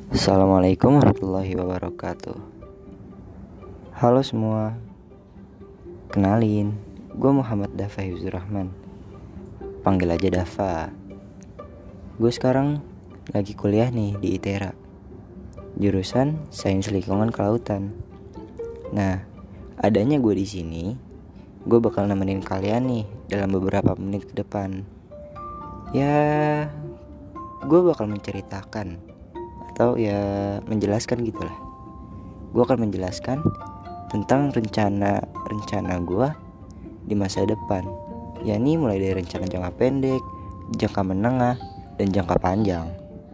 Assalamualaikum warahmatullahi wabarakatuh. Halo semua, kenalin, gue Muhammad Dafa Hifzur Rahman. Panggil aja Dafa. Gue sekarang lagi kuliah nih di ITERA, jurusan Sains Lingkungan Kelautan. Nah, adanya gue di sini, gue bakal nemenin kalian nih dalam beberapa menit ke depan. Ya, gue bakal menceritakan atau ya menjelaskan gitulah. Gue akan menjelaskan tentang rencana gue di masa depan, yakni mulai dari rencana jangka pendek, jangka menengah, dan jangka panjang.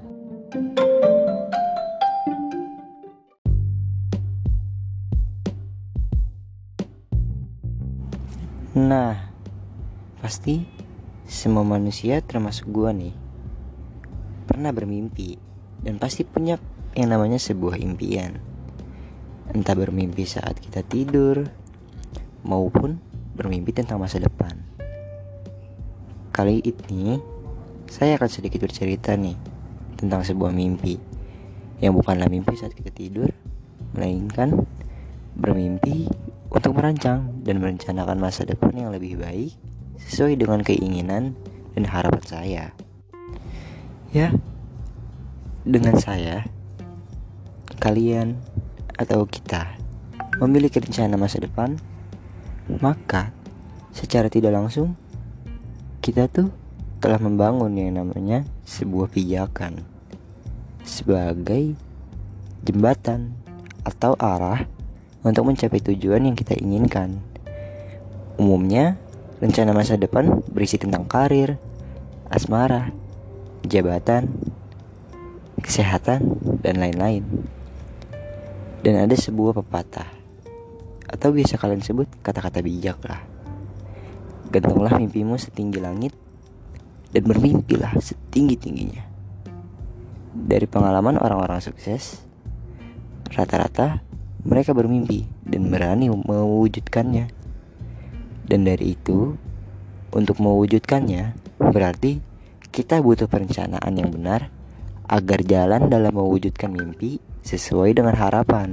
Nah, pasti semua manusia termasuk gue nih pernah bermimpi dan pasti punya yang namanya sebuah impian. Entah bermimpi saat kita tidur maupun bermimpi tentang masa depan. Kali ini saya akan sedikit bercerita nih tentang sebuah mimpi yang bukanlah mimpi saat kita tidur, melainkan bermimpi untuk merancang dan merencanakan masa depan yang lebih baik sesuai dengan keinginan dan harapan saya. Ya, dengan saya, kalian atau kita memiliki rencana masa depan, maka secara tidak langsung kita tuh telah membangun yang namanya sebuah pijakan sebagai jembatan atau arah untuk mencapai tujuan yang kita inginkan. Umumnya, rencana masa depan berisi tentang karir, asmara, jabatan, kesehatan, dan lain-lain. Dan ada sebuah pepatah atau biasa kalian sebut kata-kata bijak lah. Gantunglah mimpimu setinggi langit dan bermimpilah setinggi-tingginya. Dari pengalaman orang-orang sukses, rata-rata mereka bermimpi dan berani mewujudkannya. Dan dari itu, untuk mewujudkannya berarti kita butuh perencanaan yang benar agar jalan dalam mewujudkan mimpi sesuai dengan harapan.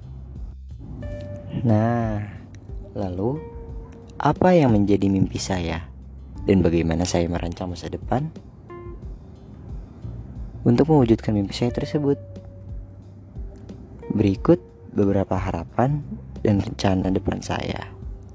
Nah, lalu apa yang menjadi mimpi saya dan bagaimana saya merancang masa depan untuk mewujudkan mimpi saya tersebut? Berikut beberapa harapan dan rencana depan saya.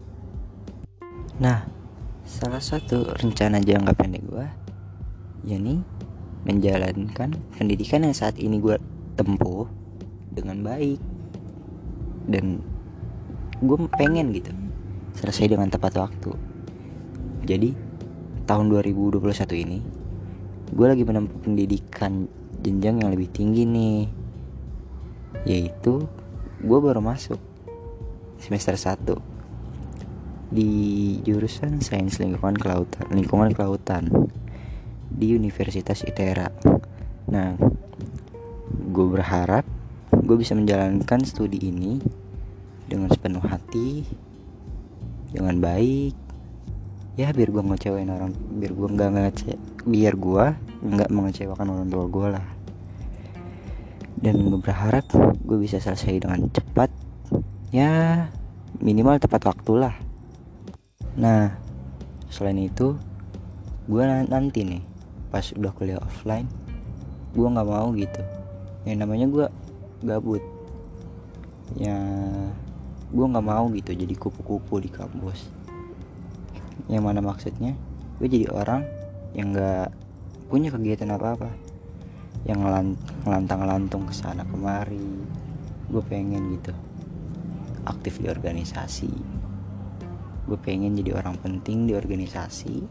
Nah, salah satu rencana jangka pendek gue yakni menjalankan pendidikan yang saat ini gue tempuh dengan baik. Dan gue pengen gitu selesai dengan tepat waktu. Jadi tahun 2021 ini gue lagi menempuh pendidikan jenjang yang lebih tinggi nih, yaitu gue baru masuk semester 1 di jurusan Sains Lingkungan Kelautan di Universitas ITERA. Nah, gue berharap gue bisa menjalankan studi ini dengan sepenuh hati, dengan baik. Ya biar gue ngecewain orang, biar gue nggak mengecewakan orang tua gue lah. Dan gue berharap gue bisa selesai dengan cepat, ya minimal tepat waktu lah. Nah, selain itu, gue nanti nih pas udah kuliah offline, gue nggak mau gitu yang namanya gue gabut. Ya gue nggak mau gitu jadi kupu-kupu di kampus. Yang mana maksudnya gue jadi orang yang nggak punya kegiatan apa-apa, yang ngelantang-lantung kesana kemari. Gue pengen gitu aktif di organisasi. Gue pengen jadi orang penting di organisasi.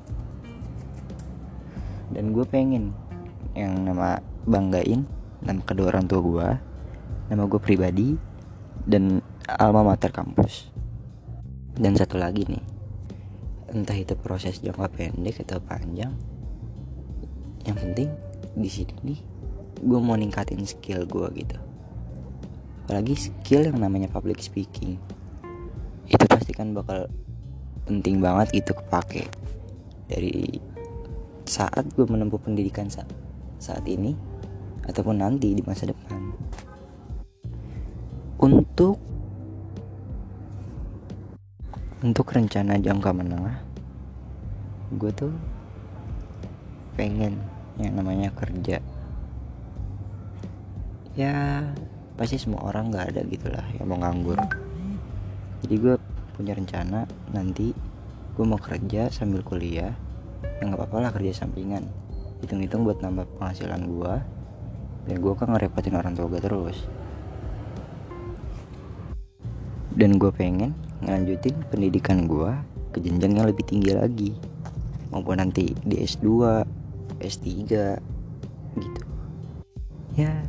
Dan gue pengen yang nama banggain nama kedua orang tua gue, nama gue pribadi, dan alma mater kampus. Dan satu lagi nih, entah itu proses jangka pendek atau panjang, yang penting di sini nih gue mau ningkatin skill gue gitu. Apalagi skill yang namanya public speaking, itu pasti kan bakal penting banget gitu kepake dari saat gue menempuh pendidikan saat ini ataupun nanti di masa depan. untuk rencana jangka menengah, gue tuh pengen yang namanya kerja. Ya pasti semua orang gak ada gitulah yang mau nganggur. Jadi gue punya rencana nanti gue mau kerja sambil kuliah. Ya gak apa-apa lah kerja sampingan, hitung-hitung buat nambah penghasilan gue. Dan gue kan ngerepotin orang tua gue terus. Dan gue pengen ngelanjutin pendidikan gue ke jenjang yang lebih tinggi lagi, maupun nanti di S2, S3 gitu. Ya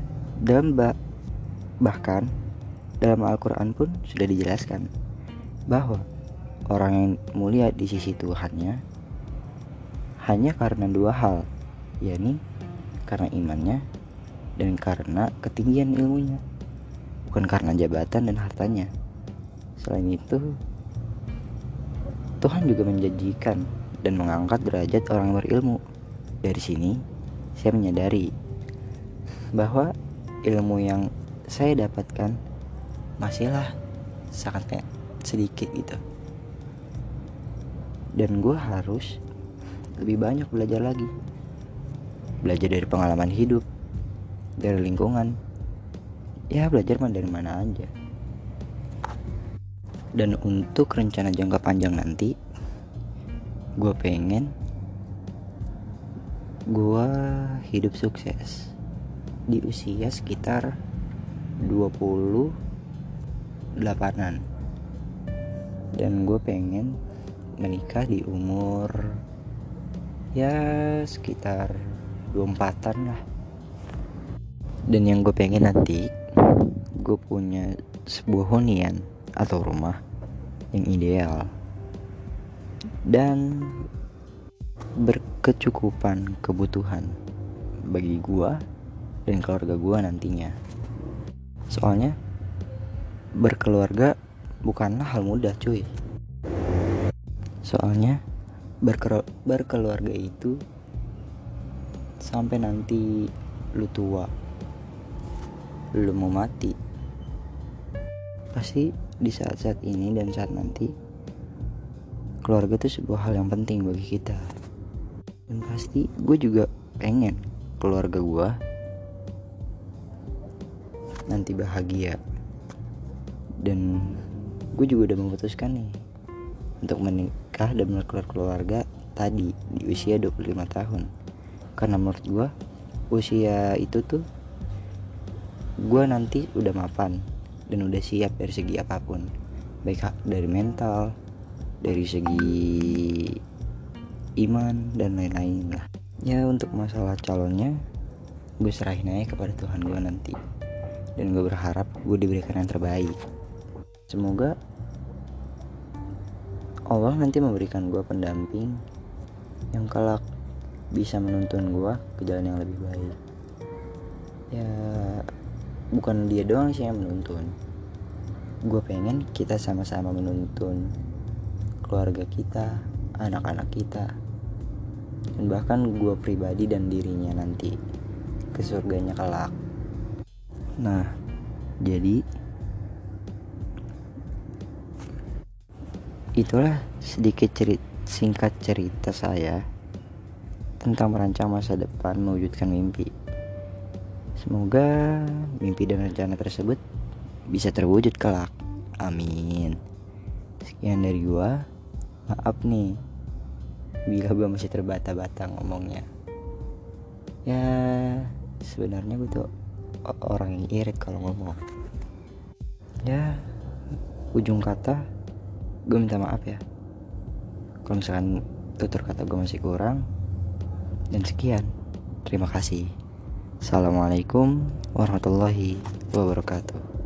bahkan dalam Al-Quran pun sudah dijelaskan bahwa orang yang mulia di sisi Tuhannya hanya karena dua hal, yakni karena imannya dan karena ketinggian ilmunya, bukan karena jabatan dan hartanya. Selain itu, Tuhan juga menjanjikan dan mengangkat derajat orang yang berilmu. Dari sini saya menyadari bahwa ilmu yang saya dapatkan masihlah sangat sedikit gitu. Dan gue harus lebih banyak belajar lagi. Belajar dari pengalaman hidup, dari lingkungan. Ya belajar dari mana aja. Dan untuk rencana jangka panjang nanti, gue pengen gue hidup sukses di usia sekitar 28-an. Dan gue pengen menikah di umur ya sekitar 24-an lah. Dan yang gue pengen nanti gue punya sebuah hunian atau rumah yang ideal dan berkecukupan kebutuhan bagi gua dan keluarga gua nantinya. Soalnya berkeluarga bukanlah hal mudah cuy. Soalnya berkeluarga itu sampai nanti lu tua, lu mau mati, pasti di saat-saat ini dan saat nanti keluarga itu sebuah hal yang penting bagi kita. Dan pasti gue juga pengen keluarga gue nanti bahagia. Dan gue juga udah memutuskan nih untuk menikah dan berkeluarga tadi di usia 25 tahun. Karena menurut gue usia itu tuh gue nanti udah mapan dan udah siap dari segi apapun, baik dari mental, dari segi iman dan lain-lain lah. Ya untuk masalah calonnya gue serahin aja kepada Tuhan gue nanti. Dan gue berharap gue diberikan yang terbaik. Semoga Allah nanti memberikan gue pendamping yang kelak bisa menuntun gue ke jalan yang lebih baik. Ya bukan dia doang sih yang menuntun. Gue pengen kita sama-sama menuntun keluarga kita, anak-anak kita, dan bahkan gue pribadi dan dirinya nanti ke surganya kelak. Nah, jadi itulah sedikit singkat cerita saya tentang merancang masa depan mewujudkan mimpi. Semoga mimpi dan rencana tersebut bisa terwujud kelak. Amin. Sekian dari gua. Maaf nih bila gua masih terbata-bata ngomongnya. Ya sebenarnya gua tuh orang yang irit kalau ngomong. Ya ujung kata gua minta maaf ya kalau misalkan tutur kata gua masih kurang. Dan sekian. Terima kasih. Assalamualaikum warahmatullahi wabarakatuh.